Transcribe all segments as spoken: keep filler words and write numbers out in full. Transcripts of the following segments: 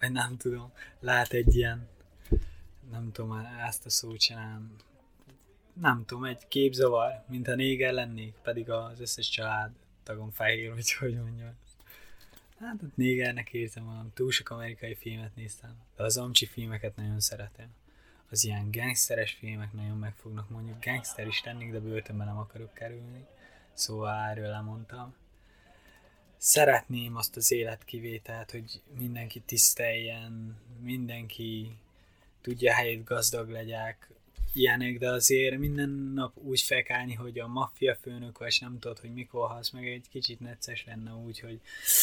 vagy nem tudom, lát egy ilyen, nem tudom, ezt a szót csinálni, nem tudom, egy képzavar, mintha néger lennék, pedig az összes család tagom fehér, vagy hogy mondjam. Hát ott négernek érzem magam, túl sok amerikai filmet néztem, de az amcsi filmeket nagyon szeretem. Az ilyen gangsteres filmek nagyon megfognak, mondjuk gangster is lennék, de börtönben nem akarok kerülni, szóval erről lemondtam. Szeretném azt az életkivételt, hogy mindenki tiszteljen, mindenki tudja helyét, gazdag legyek, ilyenek, de azért minden nap úgy felkelni, hogy a maffia főnök vagy, nem tudod, hogy mikor halsz meg, egy kicsit necces lenne úgy, hogy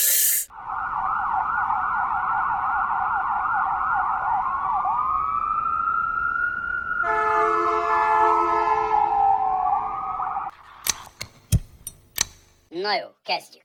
na jó, kezdjük.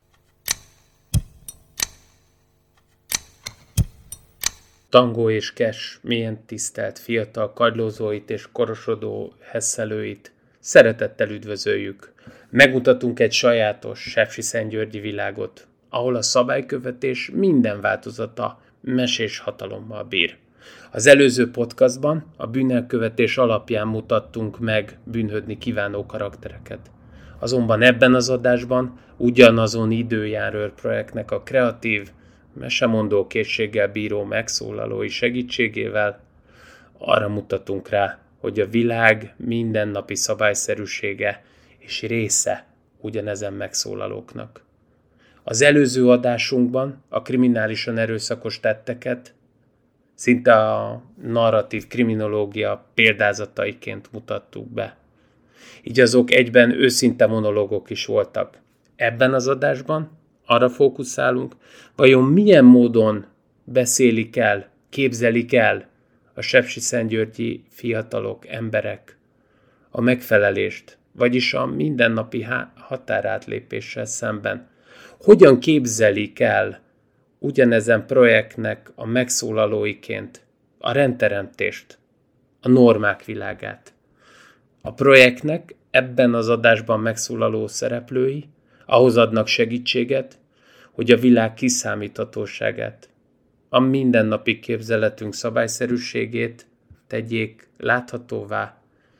Tango és Cash milyen tisztelt fiatal kagylózóit és korosodó hesszelőit szeretettel üdvözöljük. Megmutatunk egy sajátos sepsiszentgyörgyi világot, ahol a szabálykövetés minden változata mesés hatalommal bír. Az előző podcastban a bűnelkövetés alapján mutattunk meg bűnhődni kívánó karaktereket. Azonban ebben az adásban ugyanazon időjárőr projektnek a kreatív, mesemondó készséggel bíró megszólalói segítségével arra mutatunk rá, hogy a világ mindennapi szabályszerűsége és része ugyanezen megszólalóknak. Az előző adásunkban a kriminálisan erőszakos tetteket szinte a narratív kriminológia példázataiként mutattuk be. Így azok egyben őszinte monológok is voltak. Ebben az adásban arra fókuszálunk, vajon milyen módon beszélik el, képzelik el a sepsiszentgyörgyi fiatalok, emberek a megfelelést, vagyis a mindennapi határátlépéssel szemben. Hogyan képzelik el ugyanezen projektnek a megszólalóiként a rendteremtést, a normák világát. A projektnek ebben az adásban megszólaló szereplői ahhoz adnak segítséget, hogy a világ kiszámíthatóságát, a mindennapi képzeletünk szabályszerűségét tegyék láthatóvá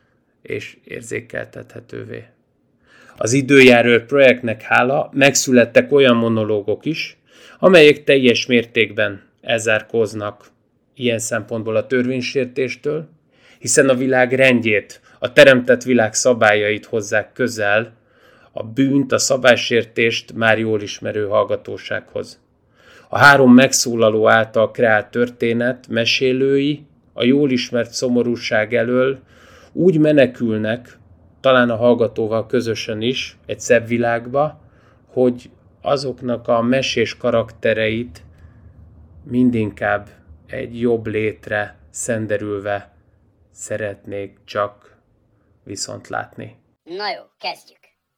és érzékeltethetővé. Az időjárőr projektnek hála megszülettek olyan monológok is, amelyek teljes mértékben elzárkóznak ilyen szempontból a törvénysértéstől, hiszen a világ rendjét, a teremtett világ szabályait hozzák közel a bűnt, a szabálysértést már jól ismerő hallgatósághoz. A három megszólaló által kreált történet mesélői a jól ismert szomorúság elől úgy menekülnek, talán a hallgatóval közösen is, egy szebb világba, hogy azoknak a mesés karaktereit mindinkább egy jobb létre szenderülve szeretnék csak viszont látni. Na jó, kezdjük.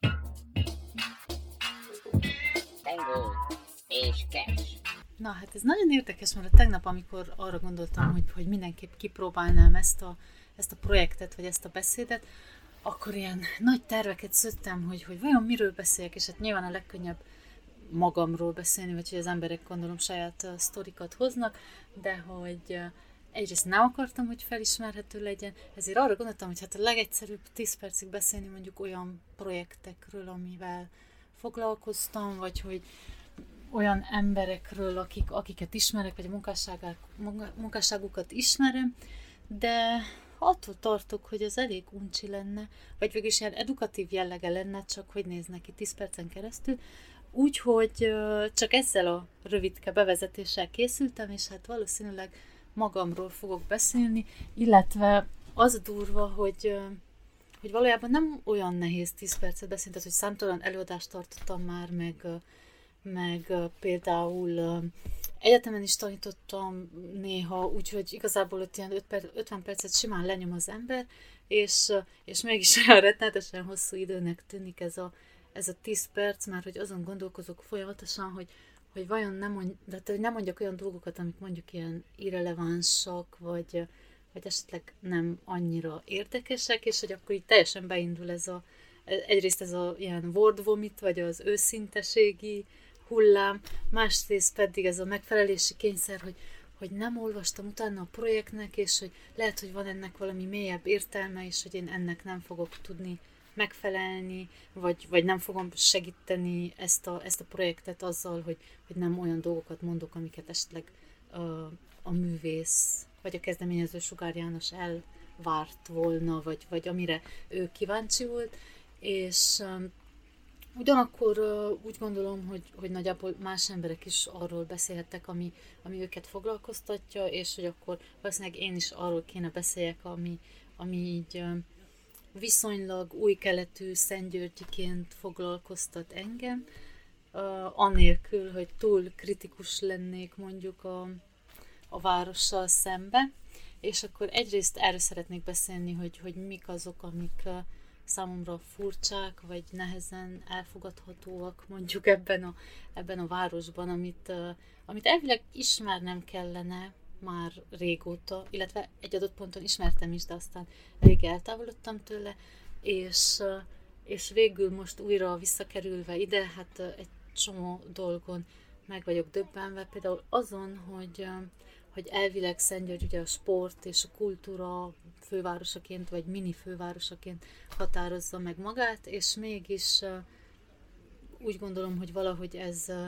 Tango és Cash. Na hát ez nagyon érdekes, mert tegnap, amikor arra gondoltam, hogy, hogy mindenképp kipróbálnám ezt a, ezt a projektet, vagy ezt a beszédet, akkor ilyen nagy terveket szöttem, hogy, hogy vajon miről beszéljek, és hát nyilván a legkönnyebb magamról beszélni, vagy hogy az emberek gondolom saját uh, sztorikat hoznak, de hogy uh, egyrészt nem akartam, hogy felismerhető legyen, ezért arra gondoltam, hogy hát a legegyszerűbb tíz percig beszélni mondjuk olyan projektekről, amivel foglalkoztam, vagy hogy olyan emberekről, akik, akiket ismerek, vagy a munkásságukat ismerem, de attól tartok, hogy az elég uncsi lenne, vagy végülis ilyen edukatív jellege lenne, csak hogy néz neki tíz percen keresztül. Úgyhogy csak ezzel a rövidke bevezetéssel készültem, és hát valószínűleg magamról fogok beszélni, illetve az durva, hogy, hogy valójában nem olyan nehéz tíz percet beszélni, tehát hogy számtalan előadást tartottam már, meg, meg például egyetemen is tanítottam néha, úgyhogy igazából ott ilyen ötven percet simán lenyom az ember, és, és mégis olyan rettenetesen hosszú időnek tűnik ez a, ez a tíz perc, már hogy azon gondolkozok folyamatosan, hogy, hogy vajon nem, mond, de hogy nem mondjak olyan dolgokat, amik mondjuk ilyen irrelevánsak, vagy, vagy esetleg nem annyira érdekesek, és hogy akkor így teljesen beindul ez a, egyrészt ez a ilyen word vomit, vagy az őszinteségi hullám, másrészt pedig ez a megfelelési kényszer, hogy, hogy nem olvastam utána a projektnek, és hogy lehet, hogy van ennek valami mélyebb értelme, és hogy én ennek nem fogok tudni megfelelni, vagy, vagy nem fogom segíteni ezt a, ezt a projektet azzal, hogy, hogy nem olyan dolgokat mondok, amiket esetleg a, a művész, vagy a kezdeményező Sugár János elvárt volna, vagy, vagy amire ő kíváncsi volt, és um, ugyanakkor uh, úgy gondolom, hogy, hogy nagyjából más emberek is arról beszélhettek, ami, ami őket foglalkoztatja, és hogy akkor valószínűleg én is arról kéne beszéljek, ami, ami így uh, viszonylag új keletű Szentgyörgyiként foglalkoztat engem, uh, anélkül, hogy túl kritikus lennék mondjuk a, a várossal szembe. És akkor egyrészt erről szeretnék beszélni, hogy, hogy mik azok, amik uh, számomra furcsák, vagy nehezen elfogadhatóak mondjuk ebben a, ebben a városban, amit, uh, amit elvileg ismernem kellene már régóta, illetve egy adott ponton ismertem is, de aztán elég eltávolodtam tőle, és, uh, és végül most újra visszakerülve ide, hát uh, egy csomó dolgon meg vagyok döbbenve, például azon, hogy, uh, hogy elvileg Szentgyörgy ugye a sport és a kultúra fővárosaként, vagy mini fővárosaként határozza meg magát, és mégis uh, úgy gondolom, hogy valahogy ez, uh,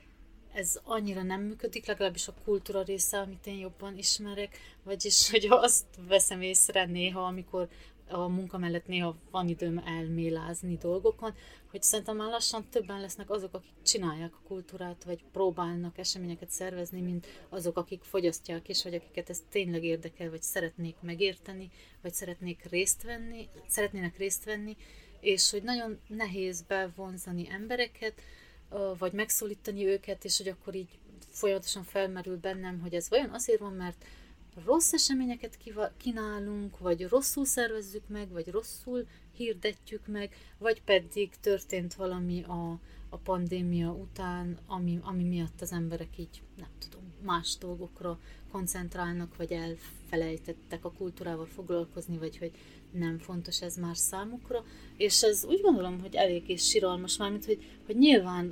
ez annyira nem működik, legalábbis a kultúra része, amit én jobban ismerek, vagyis, hogy azt veszem észre néha, amikor a munka mellett néha van időm elmélázni dolgokon, hogy szerintem már lassan többen lesznek azok, akik csinálják a kultúrát, vagy próbálnak eseményeket szervezni, mint azok, akik fogyasztják is, vagy akiket ez tényleg érdekel, vagy szeretnék megérteni, vagy szeretnék részt venni, szeretnének részt venni, és hogy nagyon nehéz bevonzani embereket, vagy megszólítani őket, és hogy akkor így folyamatosan felmerül bennem, hogy ez vajon azért van, mert rossz eseményeket kínálunk, vagy rosszul szervezzük meg, vagy rosszul hirdetjük meg, vagy pedig történt valami a, a pandémia után, ami, ami miatt az emberek így, nem tudom, más dolgokra koncentrálnak, vagy elfelejtettek a kultúrával foglalkozni, vagy hogy nem fontos ez már számukra. És ez úgy gondolom, hogy eléggé siralmas, mármint, hogy, hogy nyilván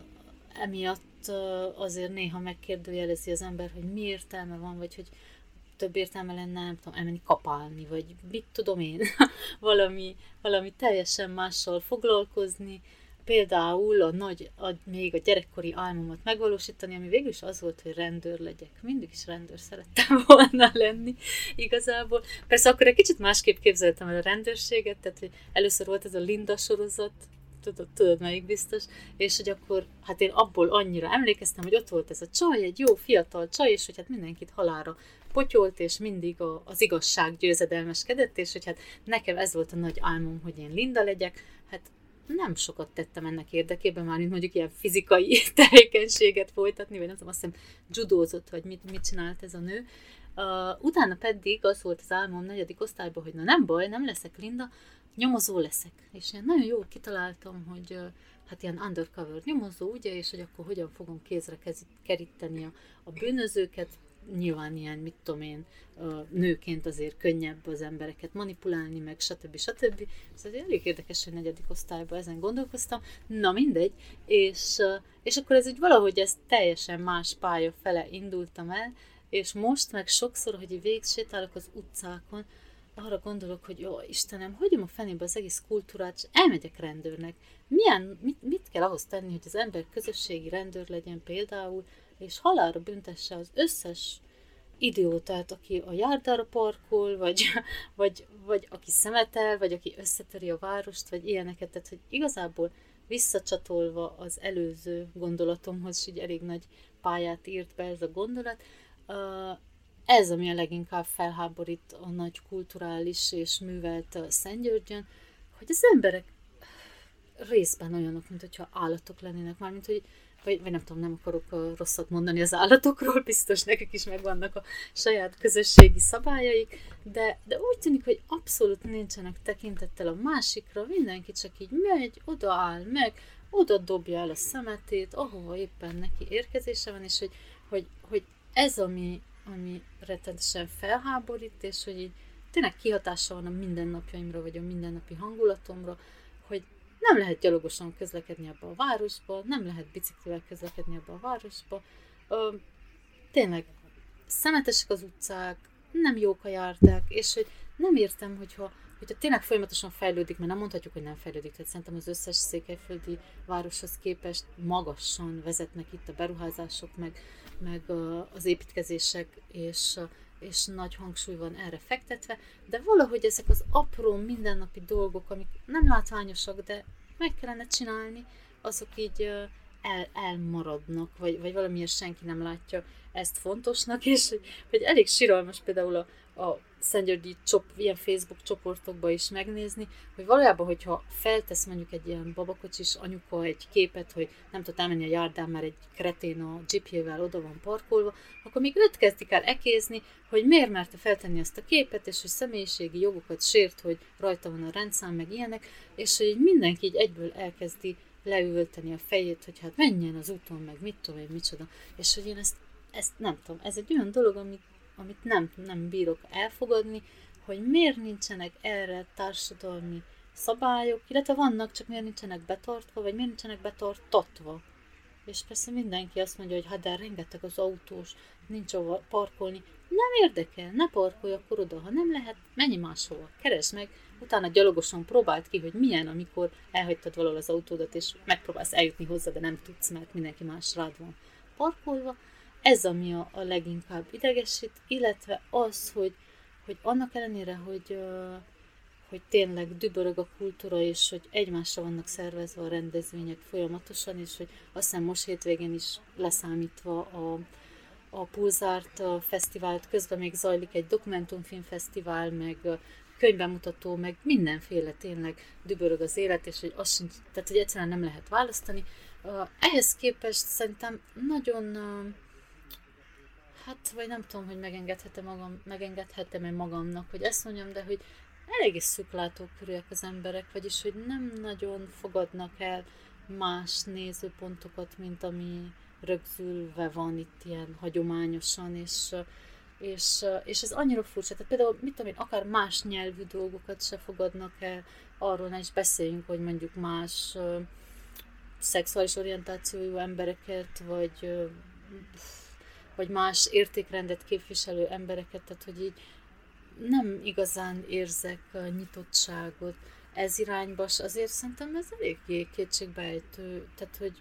emiatt azért néha megkérdőjelezi az ember, hogy mi értelme van, vagy hogy több értelme lenne, nem tudom, elmenni kapálni, vagy mit tudom én, valami, valami teljesen mással foglalkozni, például a nagy, a, még a gyerekkori álmomat megvalósítani, ami végül is az volt, hogy rendőr legyek. Mindig is rendőr szerettem volna lenni igazából. Persze akkor egy kicsit másképp képzeltem el a rendőrséget, tehát hogy először volt ez a Linda sorozat, tudod, tudod melyik biztos, és hogy akkor, hát én abból annyira emlékeztem, hogy ott volt ez a csaj, egy jó fiatal csaj, és hogy hát mindenkit halálra potyolt, és mindig a, az igazság győzedelmeskedett, és hogy hát nekem ez volt a nagy álmom, hogy én Linda legyek, hát nem sokat tettem ennek érdekében, már mint mondjuk ilyen fizikai tevékenységet folytatni, vagy nem tudom, azt hiszem judózott, vagy mit, mit csinált ez a nő. Uh, utána pedig az volt az álmom negyedik osztályban, hogy na nem baj, nem leszek Linda, nyomozó leszek. És én nagyon jól kitaláltam, hogy uh, hát ilyen undercover nyomozó, ugye, és hogy akkor hogyan fogom kézre keríteni a, a bűnözőket. Nyilván ilyen, mit tudom én, nőként azért könnyebb az embereket manipulálni, meg stb. stb. Ez elég érdekes, hogy negyedik osztályban ezen gondolkoztam. Na mindegy, és, és akkor ez úgy valahogy ez teljesen más pálya fele indultam el, és most meg sokszor, hogy végig sétálok az utcákon, arra gondolok, hogy jó, Istenem, hagyom a fenébe az egész kultúrát, és elmegyek rendőrnek. Milyen, mit, mit kell ahhoz tenni, hogy az ember közösségi rendőr legyen például, és halálra büntesse az összes idiótát, aki a járdára parkol, vagy, vagy, vagy aki szemetel, vagy aki összetöri a várost, vagy ilyeneket. Tehát, hogy igazából visszacsatolva az előző gondolatomhoz, és így elég nagy pályát írt be ez a gondolat, ez, ami a leginkább felháborít a nagy kulturális és művelt Szentgyörgyön, hogy az emberek részben olyanok, mint hogyha állatok lennének, mármint, hogy Vagy, vagy nem tudom, nem akarok uh, rosszat mondani az állatokról, biztos nekik is megvannak a saját közösségi szabályaik, de, de úgy tűnik, hogy abszolút nincsenek tekintettel a másikra, mindenki csak így megy, odaáll meg, oda dobja el a szemetét, ahova éppen neki érkezése van, és hogy, hogy, hogy ez, ami, ami rettenetesen felháborít, és hogy így tényleg kihatása van a mindennapjaimra, vagy a mindennapi hangulatomra, hogy nem lehet gyalogosan közlekedni abba a városba, nem lehet biciklivel közlekedni abba a városba. Ö, tényleg szemetesek az utcák, nem jók a járdák, és hogy nem értem, hogyha, hogyha tényleg folyamatosan fejlődik, mert nem mondhatjuk, hogy nem fejlődik, tehát szerintem az összes székelyföldi városhoz képest magasan vezetnek itt a beruházások, meg, meg az építkezések, és, és nagy hangsúly van erre fektetve, de valahogy ezek az apró mindennapi dolgok, amik nem látványosak, de meg kellene csinálni, azok így el, elmaradnak, vagy, vagy valamiért senki nem látja ezt fontosnak, és hogy, hogy elég siralmas például a, a Szentgyörgyi csop, ilyen Facebook csoportokba is megnézni, hogy valójában, hogyha feltesz mondjuk egy ilyen babakocsis anyuka egy képet, hogy nem tud elmenni a járdán, mert egy kretén a dzsipjével oda van parkolva, akkor még őt kezdik el ekézni, hogy miért merte feltenni ezt a képet, és hogy személyiségi jogokat sért, hogy rajta van a rendszám, meg ilyenek, és hogy mindenki így egyből elkezdi leülteni a fejét, hogy hát menjen az úton, meg mit tudom én, micsoda. És hogy én ezt, ezt nem tudom, ez egy olyan dolog, amit, amit nem, nem bírok elfogadni, hogy miért nincsenek erre társadalmi szabályok, illetve vannak, csak miért nincsenek betartva, vagy miért nincsenek betartatva. És persze mindenki azt mondja, hogy hát de rengeteg az autós, nincs ahol parkolni. Nem érdekel, ne parkolj akkor oda, ha nem lehet, menj máshova, keresd meg, utána gyalogosan próbáld ki, hogy milyen, amikor elhagytad valahol az autódat, és megpróbálsz eljutni hozzá, de nem tudsz, mert mindenki más rád van parkolva. Ez ami a, a leginkább idegesít, illetve az, hogy, hogy annak ellenére, hogy, uh, hogy tényleg dübörög a kultúra, és hogy egymásra vannak szervezve a rendezvények folyamatosan, és hogy azt hiszem most hétvégén is leszámítva a, a Pulzárt a fesztivált, közben még zajlik egy dokumentumfilmfesztivál, meg könyvbemutató, meg mindenféle tényleg dübörög az élet, és hogy azt sincs, tehát hogy egyszerűen nem lehet választani. Uh, ehhez képest szerintem nagyon, uh, hát vagy nem tudom, hogy megengedhetem magam, megengedhetem-e magamnak, hogy ezt mondjam, de hogy eléggé szűklátókörűek az emberek, vagyis hogy nem nagyon fogadnak el más nézőpontokat, mint ami rögzülve van itt ilyen hagyományosan, és És, és ez annyira furcsa. Tehát például, mit tudom én, akár más nyelvű dolgokat se fogadnak el, arról ne is beszéljünk, hogy mondjuk más uh, szexuális orientációjú embereket, vagy, uh, vagy más értékrendet képviselő embereket, tehát hogy így nem igazán érzek uh, nyitottságot ez irányba, azért szerintem ez eléggé kétségbeejtő, tehát hogy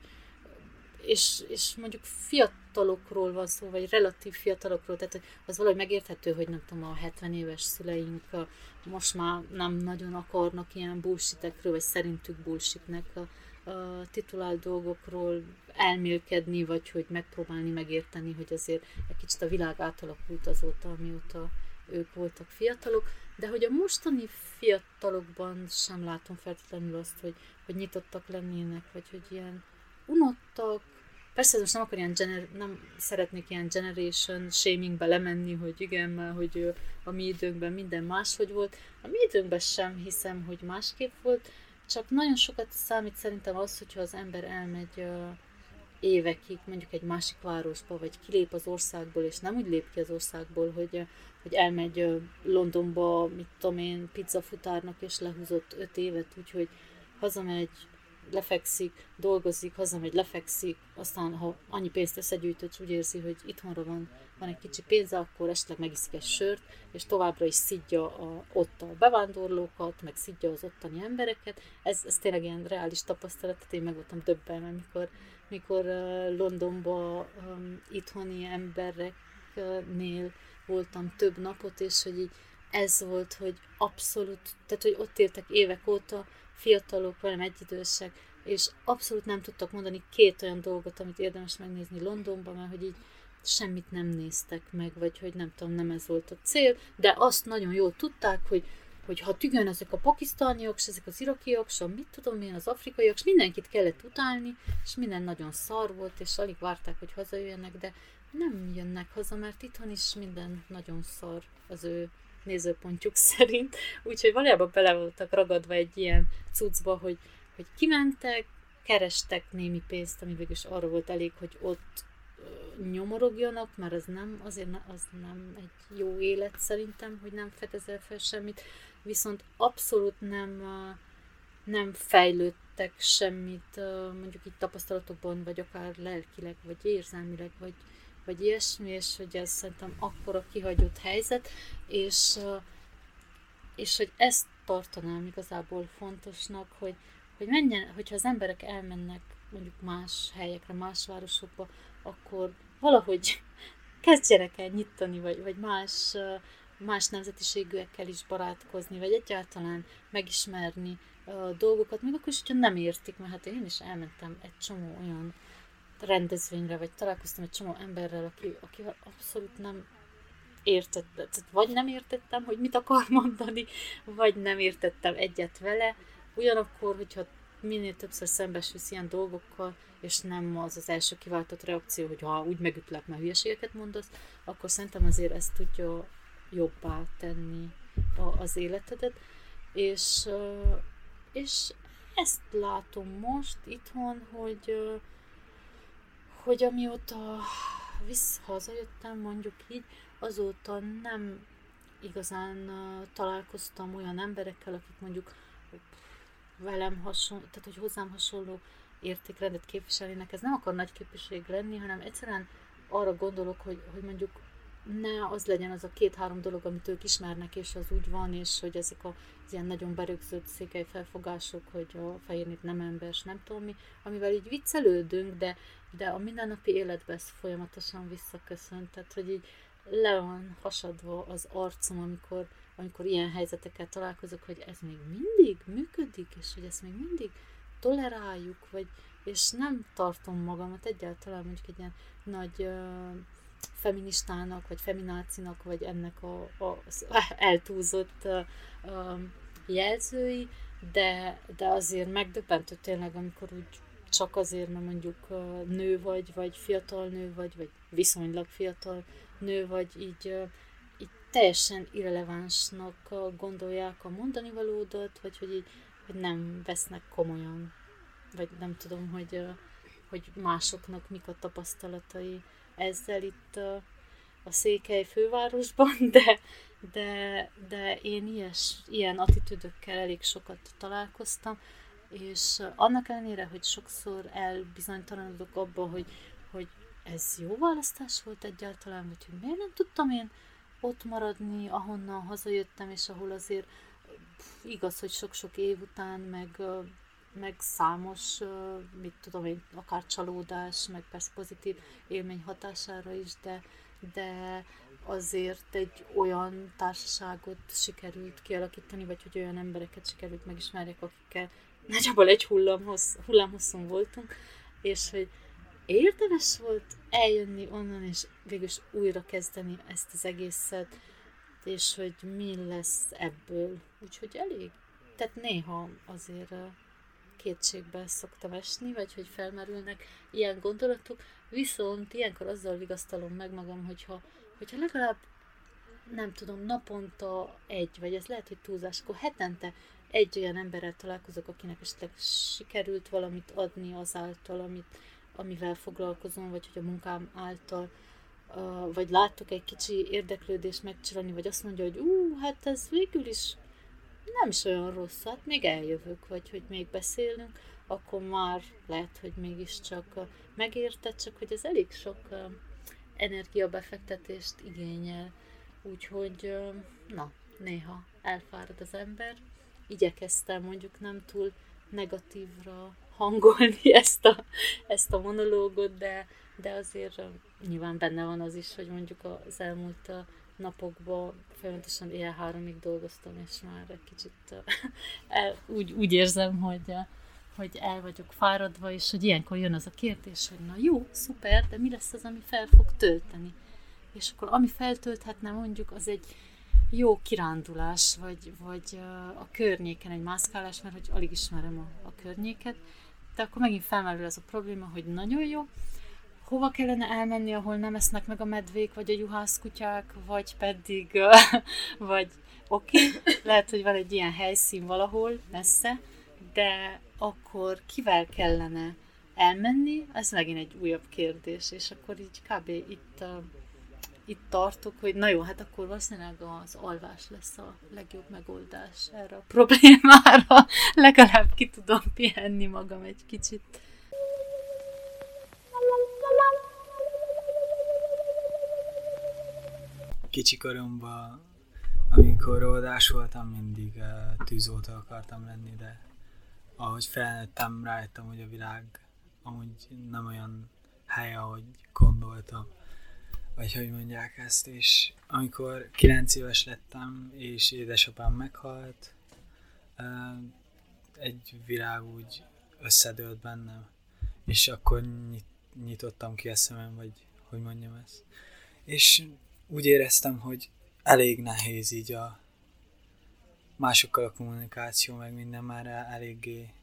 És, és mondjuk fiatalokról van szó, vagy relatív fiatalokról, tehát az valahogy megérthető, hogy nem tudom, a hetven éves szüleink most már nem nagyon akarnak ilyen bullshitekről, vagy szerintük bullshitnek a, a titulált dolgokról elmélkedni, vagy hogy megpróbálni megérteni, hogy azért egy kicsit a világ átalakult azóta, amióta ők voltak fiatalok, de hogy a mostani fiatalokban sem látom feltétlenül azt, hogy, hogy nyitottak lennének, vagy hogy ilyen unottak. Persze most nem akar ilyen gener- nem szeretnék ilyen generation shamingbe lemenni, hogy igen, mert hogy a mi időnkben minden máshogy volt. A mi időnkben sem hiszem, hogy másképp volt, csak nagyon sokat számít szerintem az, hogyha az ember elmegy uh, évekig mondjuk egy másik városba, vagy kilép az országból, és nem úgy lép ki az országból, hogy, uh, hogy elmegy uh, Londonba, mit tudom én, pizzafutárnak, és lehúzott öt évet, úgyhogy hazamegy, lefekszik, dolgozik, hazamegy, lefekszik, aztán ha annyi pénzt összegyűjtött, úgy érzi, hogy itthonra van, van egy kicsi pénze, akkor esetleg megiszik egy sört, és továbbra is szidja a, ott a bevándorlókat, meg szidja az ottani embereket. Ez, ez tényleg ilyen reális tapasztalat, tehát én meg voltam döbbenve, mikor, mikor uh, Londonban um, itthoni embereknél voltam több napot, és hogy így ez volt, hogy abszolút, tehát hogy ott éltek évek óta, fiatalok, velem egyidősek, és abszolút nem tudtak mondani két olyan dolgot, amit érdemes megnézni Londonban, mert hogy így semmit nem néztek meg, vagy hogy nem tudom, nem ez volt a cél, de azt nagyon jól tudták, hogy, hogy ha tügön ezek a pakisztániak, és ezek az irakiak, és mit tudom én, az afrikaiak, és mindenkit kellett utálni, és minden nagyon szar volt, és alig várták, hogy hazajöjjenek, de nem jönnek haza, mert itthon is minden nagyon szar az ő nézőpontjuk szerint, úgyhogy valójában bele voltak ragadva egy ilyen cuccba, hogy, hogy kimentek, kerestek némi pénzt, ami végül is arra volt elég, hogy ott ö, nyomorogjanak, mert az nem, azért ne, az nem egy jó élet szerintem, hogy nem fedezel fel semmit, viszont abszolút nem, ö, nem fejlődtek semmit, ö, mondjuk itt tapasztalatokban, vagy akár lelkileg, vagy érzelmileg, vagy, vagy ilyesmi, és hogy ez szerintem akkora kihagyott helyzet, és, és hogy ezt tartanám igazából fontosnak, hogy, hogy menjen, hogyha az emberek elmennek mondjuk más helyekre, más városokba, akkor valahogy kezdjenek el nyitani, vagy, vagy más, más nemzetiségűekkel is barátkozni, vagy egyáltalán megismerni a dolgokat, még akkor is, hogyha nem értik, mert hát én is elmentem egy csomó olyan rendezvényre, vagy találkoztam egy csomó emberrel, aki, akivel abszolút nem értettem, vagy nem értettem, hogy mit akar mondani, vagy nem értettem egyet vele. Ugyanakkor, hogyha minél többször szembesülsz ilyen dolgokkal, és nem az az első kiváltott reakció, hogy ha úgy megütlek, mert hülyeségeket mondasz, akkor szerintem azért ezt tudja jobbá tenni a, az életedet. És, és ezt látom most itthon, hogy, hogy amióta vissza hazajöttem, mondjuk így, azóta nem igazán találkoztam olyan emberekkel, akik mondjuk velem hasonló, tehát hogy hozzám hasonló értékrendet képviselnének. Ez nem akar nagy képviség lenni, hanem egyszerűen arra gondolok, hogy, hogy mondjuk ne az legyen az a két-három dolog, amit ők ismernek, és az úgy van, és hogy ezek az ilyen nagyon berögzött székely felfogások, hogy a fehér nép nem ember, és nem tudom mi, amivel így viccelődünk, de, de a mindennapi életben ez folyamatosan visszaköszönt, tehát hogy így le van hasadva az arcom, amikor, amikor ilyen helyzetekkel találkozok, hogy ez még mindig működik, és hogy ezt még mindig toleráljuk, vagy, és nem tartom magamat egyáltalán mondjuk egy ilyen nagy uh, feministának, vagy feminácinak, vagy ennek a, a eltúlzott uh, uh, jelzői, de, de azért megdöbbentő tényleg, amikor úgy csak azért, mert mondjuk uh, nő vagy, vagy fiatal nő vagy, vagy viszonylag fiatal nő vagy, így, uh, így teljesen irrelevánsnak uh, gondolják a mondani valódat, vagy hogy így hogy nem vesznek komolyan, vagy nem tudom, hogy, uh, hogy másoknak mik a tapasztalatai ezzel itt uh, a Székely fővárosban, de, de, de én ilyes, ilyen attitűdökkel elég sokat találkoztam, és uh, annak ellenére, hogy sokszor elbizonytalanodok abba, hogy, hogy ez jó választás volt egyáltalán, vagy hogy miért nem tudtam én ott maradni, ahonnan hazajöttem, és ahol azért igaz, hogy sok-sok év után, meg, meg számos, mit tudom én, akár csalódás, meg persze pozitív élmény hatására is, de, de azért egy olyan társaságot sikerült kialakítani, vagy hogy olyan embereket sikerült megismerjek, akikkel nagyjából egy hullámhossz, hullámhosszon voltunk, és hogy érdemes volt eljönni onnan, és végülis újra kezdeni ezt az egészet, és hogy mi lesz ebből. Úgyhogy elég. Tehát néha azért kétségbe szoktam esni, vagy hogy felmerülnek ilyen gondolatok, viszont ilyenkor azzal vigasztalom meg magam, hogyha, hogyha legalább nem tudom, naponta egy, vagy ez lehet, hogy túlzás, akkor hetente egy olyan emberrel találkozok, akinek esetleg sikerült valamit adni azáltal, amit, amivel foglalkozom, vagy hogy a munkám által, Uh, vagy láttok egy kicsi érdeklődést megcsinálni, vagy azt mondja, hogy ú, hát ez végül is nem is olyan rossz, hát még eljövök, vagy hogy még beszélünk, akkor már lehet, hogy mégiscsak uh, megérted, csak hogy ez elég sok uh, energiabefektetést igényel. Úgyhogy, uh, na, néha elfárad az ember. Igyekeztem mondjuk nem túl negatívra hangolni ezt a, ezt a monológot, de, de azért uh, nyilván benne van az is, hogy mondjuk az elmúlt uh, napokban folyamatosan éjjel háromig dolgoztam, és már egy kicsit uh, el, úgy, úgy érzem, hogy, uh, hogy el vagyok fáradva, és hogy ilyenkor jön az a kérdés, hogy na jó, szuper, de mi lesz az, ami fel fog tölteni? És akkor ami feltölthetne mondjuk, az egy jó kirándulás, vagy, vagy uh, a környéken egy mászkálás, mert hogy alig ismerem a, a környéket, de akkor megint felmerül ez a probléma, hogy nagyon jó, hova kellene elmenni, ahol nem esznek meg a medvék, vagy a juhászkutyák, vagy pedig, vagy oké, okay, lehet, hogy van egy ilyen helyszín valahol messze, de akkor kivel kellene elmenni, ez megint egy újabb kérdés, és akkor így kb. itt, uh, itt tartok, hogy na jó, hát akkor valószínűleg az alvás lesz a legjobb megoldás erre a problémára, legalább ki tudom pihenni magam egy kicsit. kicsi koromban, amikor óvodás voltam, mindig uh, tűzoltó akartam lenni, de ahogy felnőttem, rájöttem, hogy a világ amúgy nem olyan hely, ahogy gondoltam, vagy hogy mondják ezt, és amikor kilenc éves lettem, és édesapám meghalt, uh, egy világ úgy összedőlt bennem, és akkor nyit, nyitottam ki a szemem, vagy hogy mondjam ezt. És úgy éreztem, hogy elég nehéz így a másokkal a kommunikáció, meg minden már eléggé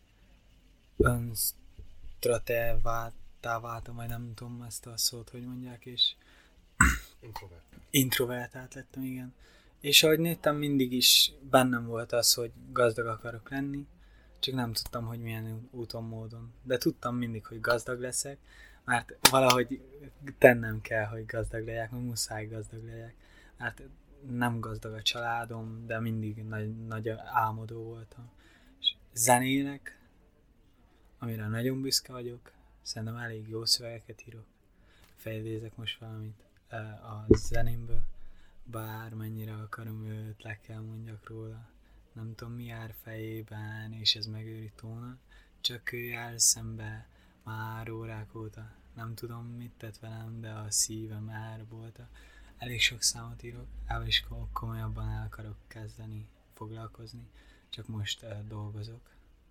önstrateváltá váltam, vagy nem tudom ezt a szót, hogy mondják, és Introvert. introvertált lettem, igen. És ahogy nőttem, mindig is bennem volt az, hogy gazdag akarok lenni, csak nem tudtam, hogy milyen úton, módon. De tudtam mindig, hogy gazdag leszek, mert valahogy tennem kell, hogy gazdag legyek, mert muszáj gazdag legyek. Mert nem gazdag a családom, de mindig nagy, nagy álmodó voltam. És zenélek, amire nagyon büszke vagyok, szerintem elég jó szövegeket írok. Fejlődések most valamit a zenémből, bármennyire akarom őt, le kell mondjak róla. Nem tudom, mi jár fejében, és ez megőri tóna, csak ő jár szembe már órák óta. Nem tudom, mit tett velem, de a szívem elrabolta. Elég sok számot írok, el is komolyabban el akarok kezdeni foglalkozni, csak most uh, dolgozok.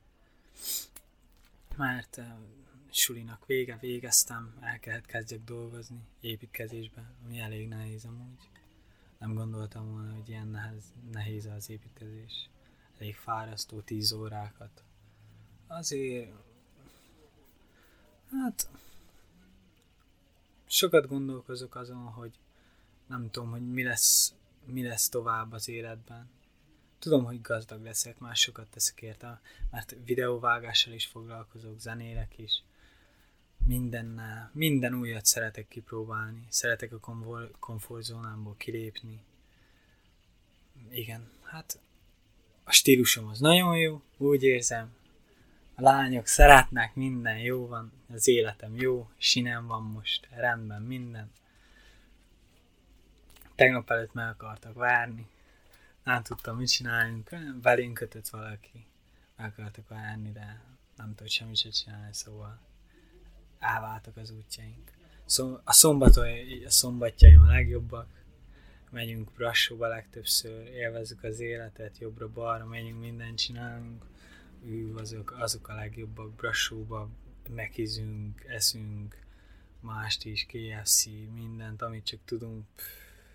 Mert uh, sulinak vége, végeztem, el kellett kezdjek dolgozni építkezésben, ami elég nehéz amúgy. Nem gondoltam volna, hogy ilyen nehez, nehéz az építkezés. Elég fárasztó, tíz órákat. Azért, hát, sokat gondolkozok azon, hogy nem tudom, hogy mi lesz, mi lesz tovább az életben. Tudom, hogy gazdag leszek, már sokat teszek érte, mert videóvágással is foglalkozok, zenélek is. Mindennel, minden újat szeretek kipróbálni, szeretek a komfort, komfortzónámból kilépni. Igen, hát a stílusom az nagyon jó, úgy érzem. A lányok szeretnek, minden jó van, az életem jó, sinem van most, rendben minden. Tegnap előtt meg akartak várni, nem tudtam mit csinálni, velünk kötött valaki, meg akartak várni, de nem tudott semmit sem csinálni, szóval elváltak az útjaink. Szom, a, szombatai, a szombatjaim a legjobbak, megyünk Brassóba legtöbbször, élvezzük az életet, jobbra-balra, megyünk, mindent csinálunk, ő, azok, azok a legjobbak, Brassóba megizünk, eszünk, mást is, ká ef cé, mindent, amit csak tudunk. Pff,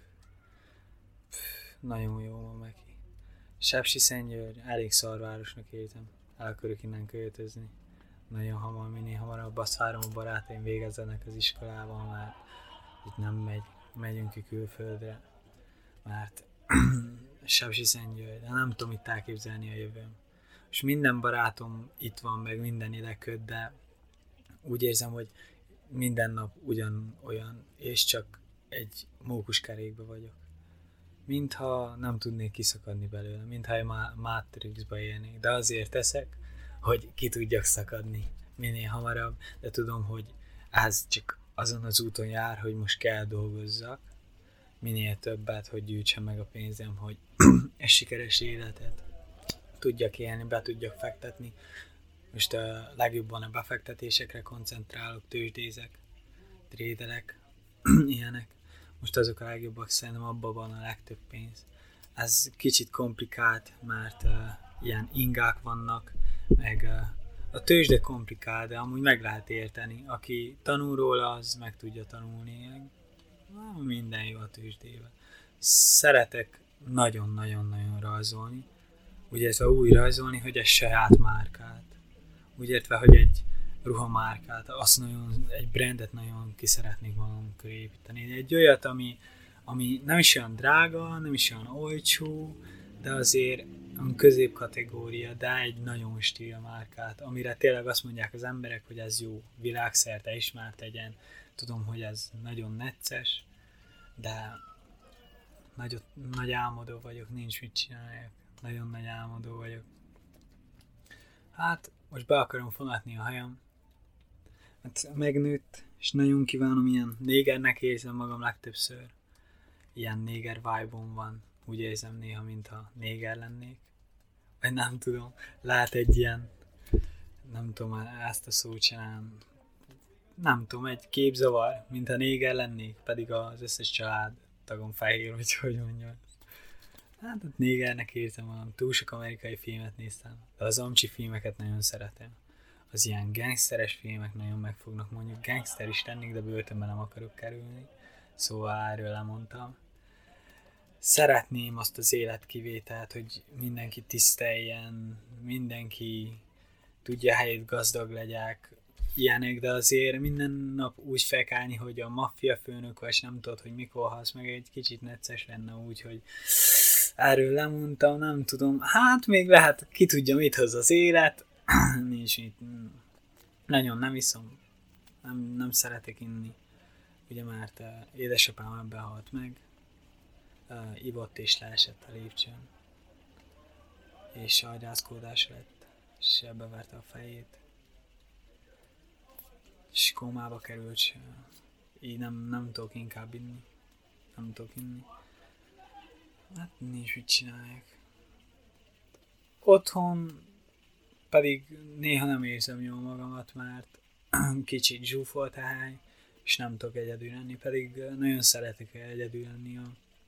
pff, nagyon jó van Meki. Sepsiszentgyörgy, elég szarvárosnak érzem, el akarok innen költözni. Nagyon hamar, minél hamarabb azt várom, a barátaim végezzenek az iskolában, mert itt nem megy, megyünk ki külföldre, mert Sepsiszentgyörgy, de nem tudom itt elképzelni a jövőm. És minden barátom itt van, meg minden ide köt, de úgy érzem, hogy minden nap ugyanolyan, és csak egy mókuskerékbe vagyok. Mintha nem tudnék kiszakadni belőle, mintha egy Matrixba élnék, de azért teszek, hogy ki tudjak szakadni minél hamarabb, de tudom, hogy ez csak azon az úton jár, hogy most kell dolgozzak, minél többet, hogy gyűjtsem meg a pénzem, hogy egy sikeres életet tudjak élni, be tudjak fektetni. Most a legjobban a befektetésekre koncentrálok, tőzsdézek, trédelek, ilyenek. Most azok a legjobbak, szerintem abban van a legtöbb pénz. Ez kicsit komplikált, mert uh, ilyen ingák vannak, meg uh, a tőzsde komplikált, de amúgy meg lehet érteni. Aki tanul róla, az meg tudja tanulni. Minden jó a tőzsdével. Szeretek nagyon-nagyon-nagyon rajzolni. Úgy értve úgy rajzolni, hogy egy saját márkát. Úgy értve, hogy egy ruhamárkát, azt nagyon, egy brandet nagyon ki szeretnék magam köré építeni. Egy olyat, ami, ami nem is olyan drága, nem is olyan olcsó, de azért középkategória, de egy nagyon stíl márkát, amire tényleg azt mondják az emberek, hogy ez jó, világszerte ismert legyen. Tudom, hogy ez nagyon necces, de nagy, nagy álmodó vagyok, nincs mit csináljak. Nagyon nagy álmodó vagyok. Hát, most be akarom fonatni a hajam. Hát megnőtt, és nagyon kívánom, ilyen négernek érzem magam legtöbbször. ilyen néger vibe-om van, úgy érzem néha, mintha néger lennék. Vagy nem tudom, lehet egy ilyen, nem tudom, ezt a szót csinálni, nem tudom, egy képzavar, mintha néger lennék, pedig az összes család tagom fehér, vagy hogy mondjam. Hát ott négernek értem valami, túl sok amerikai filmet néztem, de az amcsi filmeket nagyon szeretem. Az ilyen gangsteres filmek nagyon megfognak, mondjuk gangster is lennék, de börtönbe nem akarok kerülni, szóval erről lemondtam. Szeretném azt az életkivételt, hogy mindenki tiszteljen, mindenki tudja helyét, gazdag legyek, ilyenek, de azért minden nap úgy felkelni, hogy a maffia főnök vagy, nem tudod, hogy mikor halsz meg, egy kicsit necces lenne úgy, hogy erről lemondtam, nem tudom, hát még lehet, ki tudja, mit hoz az élet, nincs mit, nagyon nem iszom, nem, nem szeretek inni, ugye mert uh, édesapám ebben halt meg, uh, ivott és leesett a lépcsőn, és agyászkódás lett, és ebbe verte a fejét, és kómába került, és uh, így nem, nem tudok inkább inni, nem tudok inni. Hát nincs mit csinálják. Otthon pedig néha nem érzem jól magamat, mert kicsit zsúfolt a hely, és nem tudok egyedül lenni, pedig nagyon szeretek egyedül lenni.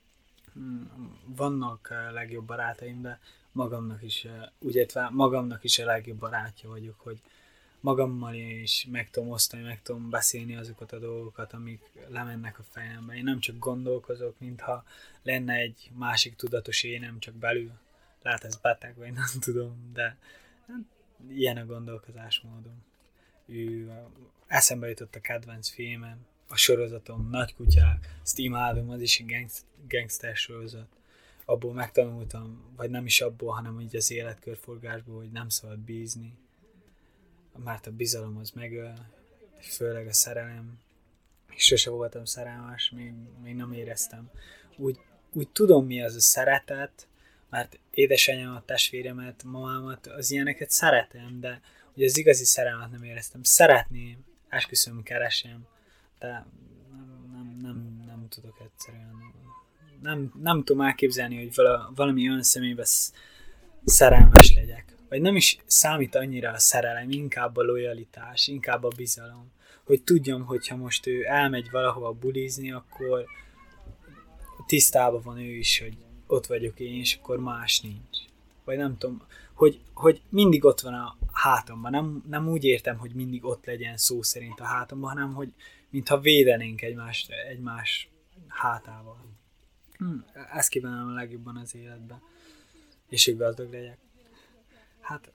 Vannak legjobb barátaim, de magamnak is, ugye magamnak is a legjobb barátja vagyok, hogy magammal is meg tudom osztani, meg tudom beszélni azokat a dolgokat, amik lemennek a fejembe. Én nem csak gondolkozok, mintha lenne egy másik tudatos énem csak belül. Lehet ez beteg, vagy nem tudom, de ilyen a gondolkozásmódom. Ő, eszembe jutott a kedvenc filmem, a sorozatom, Nagy kutyák, ezt imádom, az is egy gangster sorozat. Abból megtanultam, vagy nem is abból, hanem így az életkörforgásból, hogy nem szabad bízni. Mert a bizalom az megöl, főleg a szerelem. És sose voltam szerelmes, még, még nem éreztem. Úgy, úgy tudom, mi az a szeretet, mert édesanyámat, testvéremet, mamámat, az ilyeneket szeretem, de ugye az igazi szerelmet nem éreztem. Szeretném, esküszöm, keresem, de nem, nem, nem, nem tudok egyszerűen. Nem, nem tudom elképzelni, hogy vala, valami olyan személybe szerelmes legyek. Vagy nem is számít annyira a szerelem, inkább a lojalitás, inkább a bizalom. Hogy tudjam, hogyha most ő elmegy valahova bulizni, akkor tisztában van ő is, hogy ott vagyok én, és akkor más nincs. Vagy nem tudom, hogy, hogy mindig ott van a hátamban. Nem, nem úgy értem, hogy mindig ott legyen szó szerint a hátamban, hanem hogy mintha védenénk egymást, egymás hátával. Hm, ezt kívánom a legjobban az életben. És hogy gazdag legyek. Hát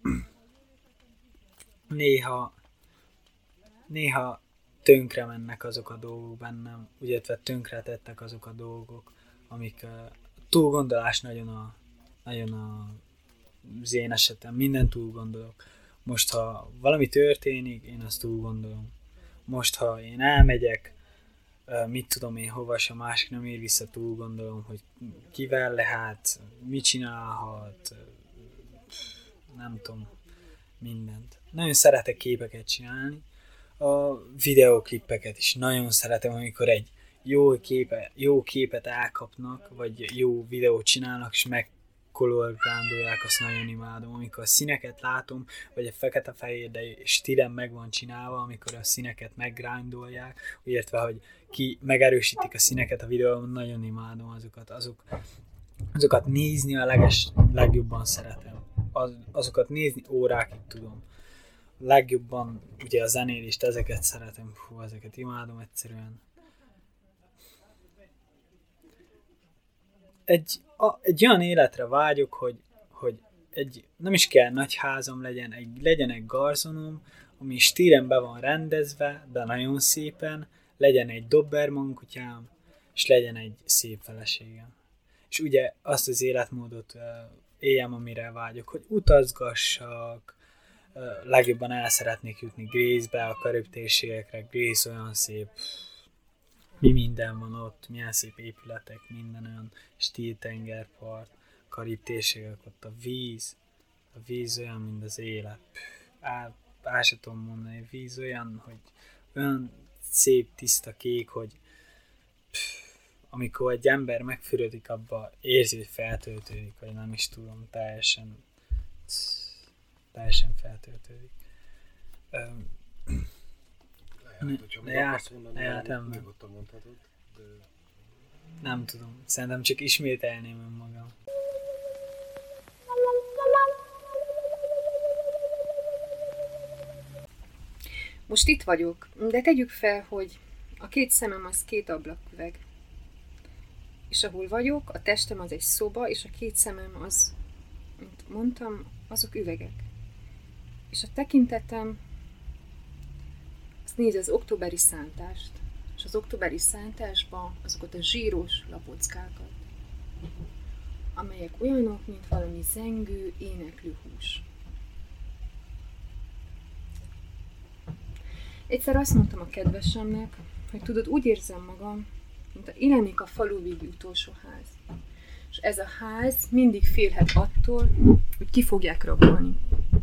néha néha tönkre mennek azok a dolgok bennem, ugye tönkre tettek azok a dolgok, amik uh, túlgondolás nagyon a, nagyon a az én esetem, minden túl gondolok. Most, ha valami történik, én azt túl gondolom. Most, ha én elmegyek, uh, mit tudom én hova, és a másik nem ér vissza, túl gondolom, hogy kivel lehet, mit csinálhat, nem tudom, mindent. Nagyon szeretek képeket csinálni, a videóklippeket is nagyon szeretem, amikor egy jó, képe, jó képet elkapnak, vagy jó videót csinálnak, és megkolorgándolják, azt nagyon imádom. Amikor a színeket látom, vagy a fekete-fehér, de stílen meg van csinálva, amikor a színeket meggrándolják, illetve, hogy ki megerősítik a színeket a videóban, nagyon imádom azokat. Azok, azokat nézni a leges, legjobban szeretem. Az, azokat nézni órákig tudom. Legjobban ugye a zenélést, ezeket szeretem, hú, ezeket imádom egyszerűen. Egy, a, egy olyan életre vágyok, hogy, hogy egy, nem is kell nagy házam legyen, egy, legyen egy garzonom, ami stílen be van rendezve, de nagyon szépen, legyen egy doberman kutyám, és legyen egy szép feleségem. És ugye azt az életmódot uh, éljem, amire vágyok, hogy utazgassak, Uh, legjobban el szeretnék jutni Grace-be, a Karib térségekre. Grace olyan szép, mi minden van ott, milyen szép épületek, minden olyan stíl tengerpart, Karib térségek, ott a víz, a víz olyan, mint az élet. Á, el sem tudom mondani, a víz olyan, hogy olyan szép, tiszta kék, hogy pff, amikor egy ember megfürödik, abba érzi, hogy feltöltődik, vagy nem is tudom, teljesen teljesen feltöltődik. Öm, Lehet, hogyha ne- meg ne- akarsz mondani, ne- valamit, nem. nyugodtan mondhatod, de nem tudom, szerintem csak ismételném önmagam. Most itt vagyok, de tegyük fel, hogy a két szemem az két ablaküveg. És ahol vagyok, a testem az egy szoba, és a két szemem az, mint mondtam, azok üvegek. És a tekintetem az nézi az októberi szántást, és az októberi szántásban azokat a zsíros lapockákat, amelyek olyanok, mint valami zengő, éneklő hús. Egyszer azt mondtam a kedvesemnek, hogy tudod, úgy érzem magam, mint a lennék a falu végi utolsó ház. És ez a ház mindig félhet attól, hogy ki fogják rabolni.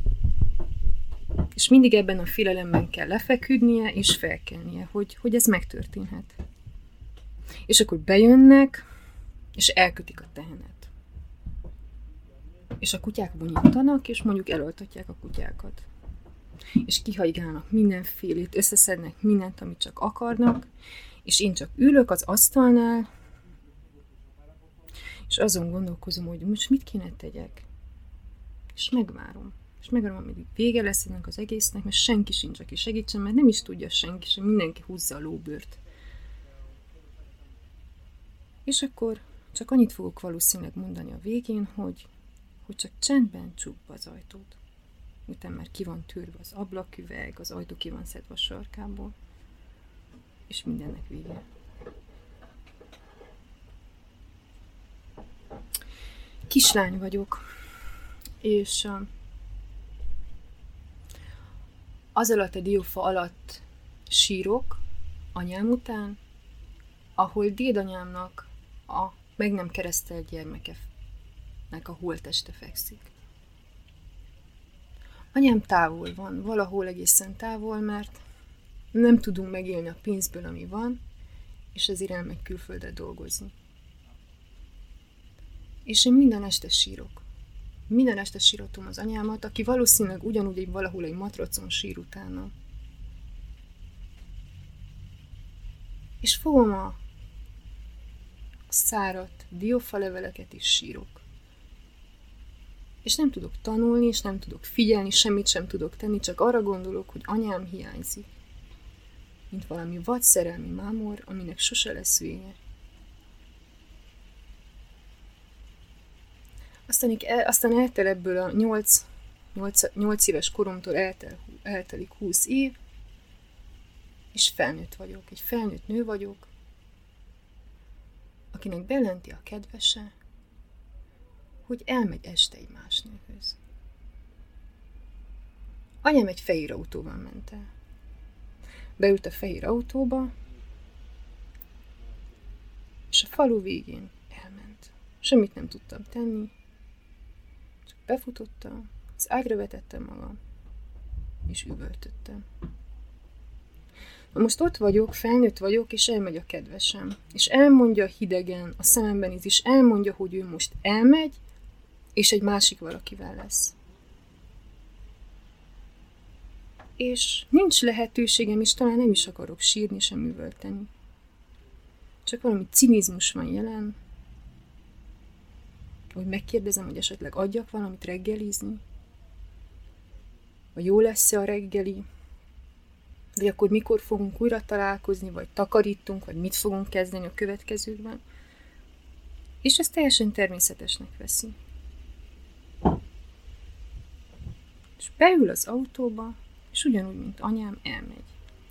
És mindig ebben a félelemben kell lefeküdnie és felkelnie, hogy, hogy ez megtörténhet. És akkor bejönnek, és elkötik a tehenet. És a kutyák bonyítanak, és mondjuk eloltatják a kutyákat. És kihajgálnak mindenfélét, összeszednek mindent, amit csak akarnak, és én csak ülök az asztalnál, és azon gondolkozom, hogy most mit kéne tegyek. És megvárom. És megvárom, amíg vége lesz ennek az egésznek, mert senki sincs, aki segítsen, mert nem is tudja senki sem, mindenki húzza a lóbőrt. És akkor csak annyit fogok valószínűleg mondani a végén, hogy, hogy csak csendben csukd be az ajtót. Utána már ki van tűrve az ablaküveg, az ajtó ki van szedve a sarkából, és mindennek vége. Kislány vagyok, és uh, az alatt a diófa alatt sírok anyám után, ahol dédanyámnak a meg nem keresztelt gyermekenek a holtteste fekszik. Anyám távol van, valahol egészen távol, mert nem tudunk megélni a pénzből, ami van, és ezért elmegy külföldre dolgozni. És én minden este sírok. Minden este sírotom az anyámat, aki valószínűleg ugyanúgy egy valahol egy matracon sír utána. És fogom a száradt diófaleveleket és sírok. És nem tudok tanulni, és nem tudok figyelni, semmit sem tudok tenni, csak arra gondolok, hogy anyám hiányzik. Mint valami vadszerelmi mámor, aminek sose lesz vége. Aztán, aztán eltel ebből a nyolc, nyolc, nyolc éves koromtól eltel, eltelik húsz év, és felnőtt vagyok. Egy felnőtt nő vagyok, akinek bejelenti a kedvese, hogy elmegy este egy más nőhöz. Anyám egy fehér autóban ment el. Beült a fehér autóba, és a falu végén elment. Semmit nem tudtam tenni, csak befutottam, az ágra vetettem magam, és üvöltöttem. Na most ott vagyok, felnőtt vagyok, és elmegy a kedvesem. És elmondja hidegen, a szememben is, elmondja, hogy ő most elmegy, és egy másik valakivel lesz. És nincs lehetőségem, és talán nem is akarok sírni, sem üvölteni. Csak valami cinizmus van jelen, hogy megkérdezem, hogy esetleg adjak valamit reggelizni, vagy jó lesz-e a reggeli, vagy akkor mikor fogunk újra találkozni, vagy takarítunk, vagy mit fogunk kezdeni a következőkben. És ezt teljesen természetesnek veszi. És beül az autóba, és ugyanúgy, mint anyám, elmegy.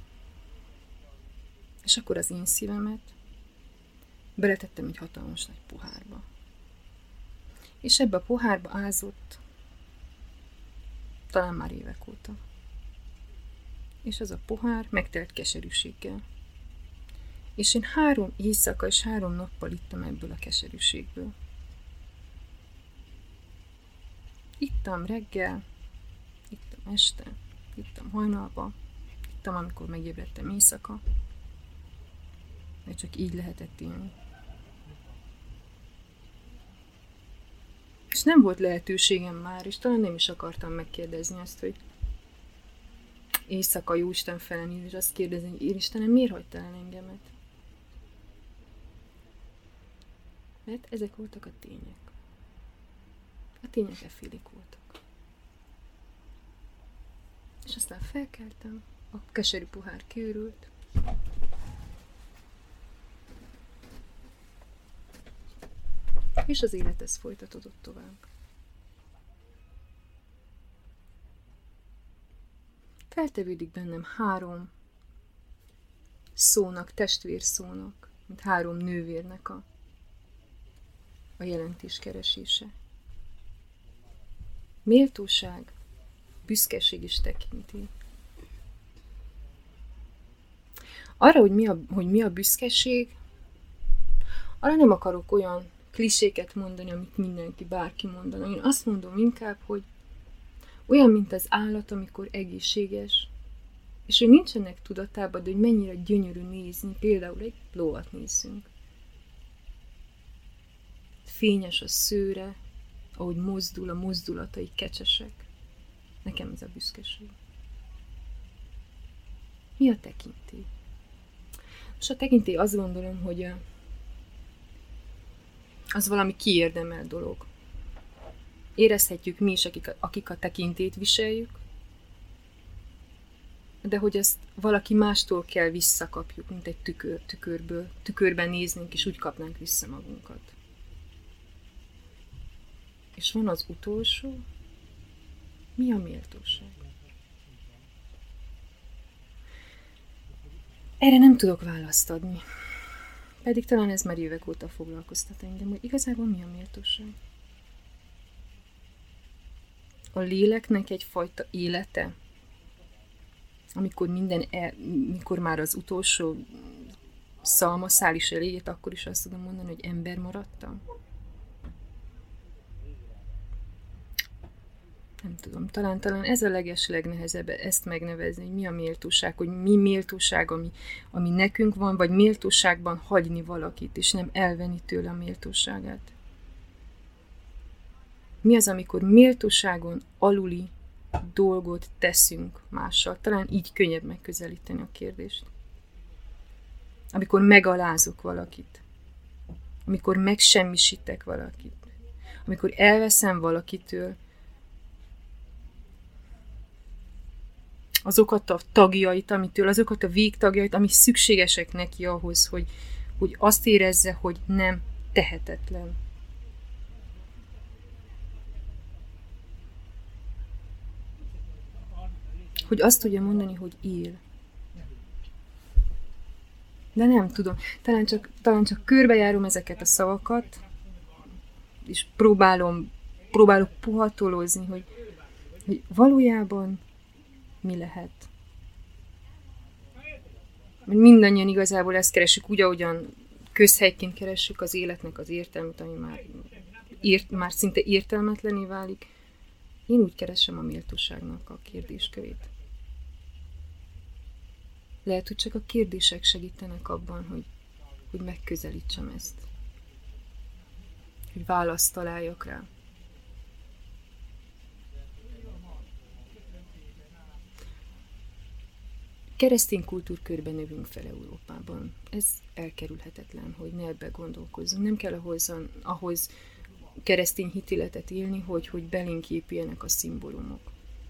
És akkor az én szívemet beletettem egy hatalmas nagy pohárba. És ebbe a pohárba ázott talán már évek óta. És az a pohár megtelt keserűséggel. És én három éjszaka és három nappal ittam ebből a keserűségből. Ittam reggel, ittam este, ittam hajnalba, ittam, amikor megébredtem éjszaka, mert csak így lehetett élni. És nem volt lehetőségem már, és talán nem is akartam megkérdezni azt, hogy éjszaka Jóisten felé néz, és azt kérdezni, hogy én Istenem, miért hagytál el engemet? Mert ezek voltak a tények. A tények effélék voltak. És aztán felkeltem, a keserű pohár kiürült, és az élet ez folytatódott tovább. Feltevődik bennem három szónak, testvérszónak, mint három nővérnek a, a jelentés keresése. Méltóság, büszkeség és tekintély. Arra, hogy mi a, hogy mi a büszkeség, arra nem akarok olyan kliséket mondani, amit mindenki, bárki mondana. Én azt mondom inkább, hogy olyan, mint az állat, amikor egészséges, és hogy nincsenek tudatában, de hogy mennyire gyönyörű nézni, például egy lovat nézzünk. Fényes a szőre, ahogy mozdul, a mozdulatai kecsesek. Nekem ez a büszkeség. Mi a tekintély? És a tekintély azt gondolom, hogy az valami kiérdemelt dolog. Érezhetjük mi is, akik a, akik a tekintélyt viseljük, de hogy ezt valaki mástól kell visszakapjuk, mint egy tükör, tükörből. Tükörben néznénk, és úgy kapnánk vissza magunkat. És van az utolsó, mi a méltóság? Erre nem tudok választ adni. Pedig talán ez már évek óta foglalkoztat engem, hogy igazából mi a méltóság? A léleknek egyfajta élete, amikor minden, el, mikor már az utolsó szalmaszál is elégett, akkor is azt tudom mondani, hogy ember maradtam. Nem tudom, talán, talán ez a leges legnehezebb ezt megnevezni, hogy mi a méltóság, hogy mi méltóság, ami, ami nekünk van, vagy méltóságban hagyni valakit, és nem elvenni tőle a méltóságát. Mi az, amikor méltóságon aluli dolgot teszünk mással? Talán így könnyebb megközelíteni a kérdést. Amikor megalázok valakit. Amikor megsemmisítek valakit. Amikor elveszem valakitől azokat a tagjait, amitől, azokat a végtagjait, ami szükségesek neki ahhoz, hogy, hogy azt érezze, hogy nem tehetetlen. Hogy azt tudja mondani, hogy él. De nem tudom. Talán csak, talán csak körbejárom ezeket a szavakat, és próbálom, próbálok puhatolózni, hogy, hogy valójában mi lehet. Mert mindannyian igazából ezt keresünk, úgy, ahogyan közhelyként keressük az életnek az értelmet, ami már, ért, már szinte értelmetlené válik. Én úgy keresem a méltóságnak a kérdéskörét. Lehet, hogy csak a kérdések segítenek abban, hogy, hogy megközelítsem ezt. Hogy választ találjak rá. Keresztény kultúrkörben növünk fel Európában. Ez elkerülhetetlen, hogy ne ebbe gondolkozzunk. Nem kell ahhoz, ahhoz keresztény hitéletet élni, hogy, hogy belénk épüljenek a szimbólumok.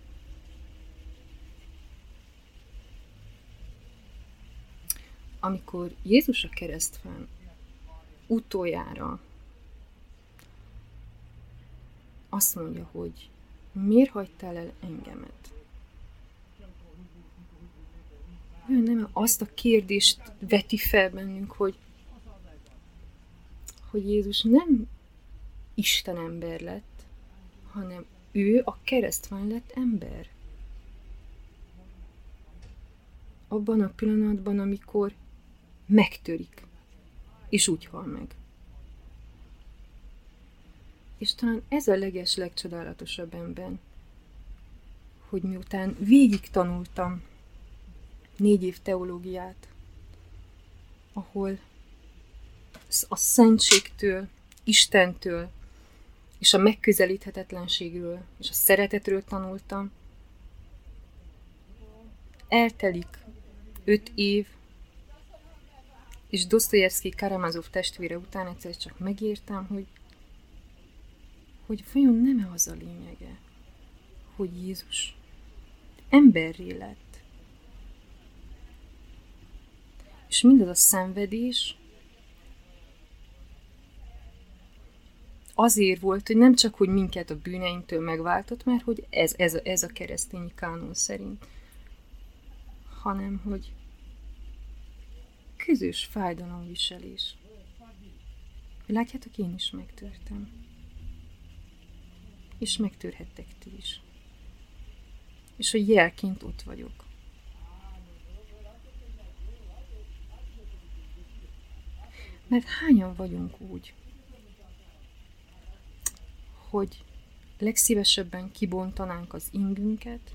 Amikor Jézus a keresztfán utoljára azt mondja, hogy miért hagytál el engemet? Ő nem azt a kérdést veti fel bennünk, hogy, hogy Jézus nem Isten ember lett, hanem ő a keresztfán lett ember. Abban a pillanatban, amikor megtörik, és úgy hal meg. És talán ez a leges, legcsodálatosabb ebben, hogy miután végig tanultam négy év teológiát, ahol a szentségtől, Istentől, és a megközelíthetetlenségről, és a szeretetről tanultam. Eltelik öt év, és Dosztojevszkij Karamazov testvére után egyszer csak megírtam, hogy, hogy vajon nem-e az a lényege, hogy Jézus emberré lett. És mindaz a szenvedés azért volt, hogy nem csak, hogy minket a bűneinktől megváltott, mert hogy ez, ez, a, ez a keresztény kánon szerint, hanem, hogy közös fájdalomviselés. Látjátok, én is megtörtem. És megtörhettek ti is. És hogy jelként ott vagyok. Mert hányan vagyunk úgy, hogy legszívesebben kibontanánk az ingünket,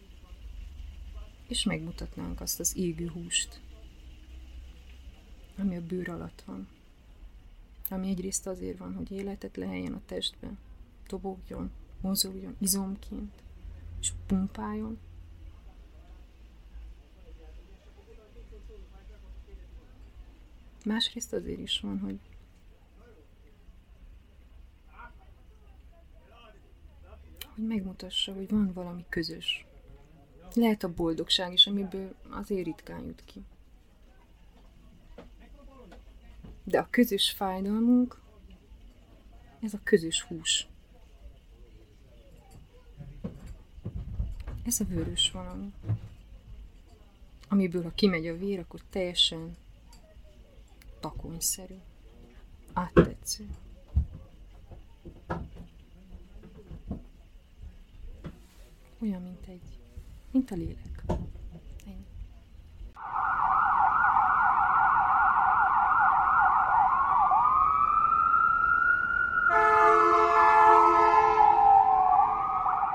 és megmutatnánk azt az égő húst, ami a bőr alatt van. Ami egyrészt azért van, hogy életet leheljen a testben, tobogjon, mozogjon izomként, és pumpáljon. Másrészt azért is van, hogy hogy megmutassa, hogy van valami közös. Lehet a boldogság is, amiből azért ritkán jut ki. De a közös fájdalmunk, ez a közös hús. Ez a vörös valami. Amiből, ha kimegy a vér, akkor teljesen takonyszerű. Áttetsző. Olyan, mint egy, mint a lélek.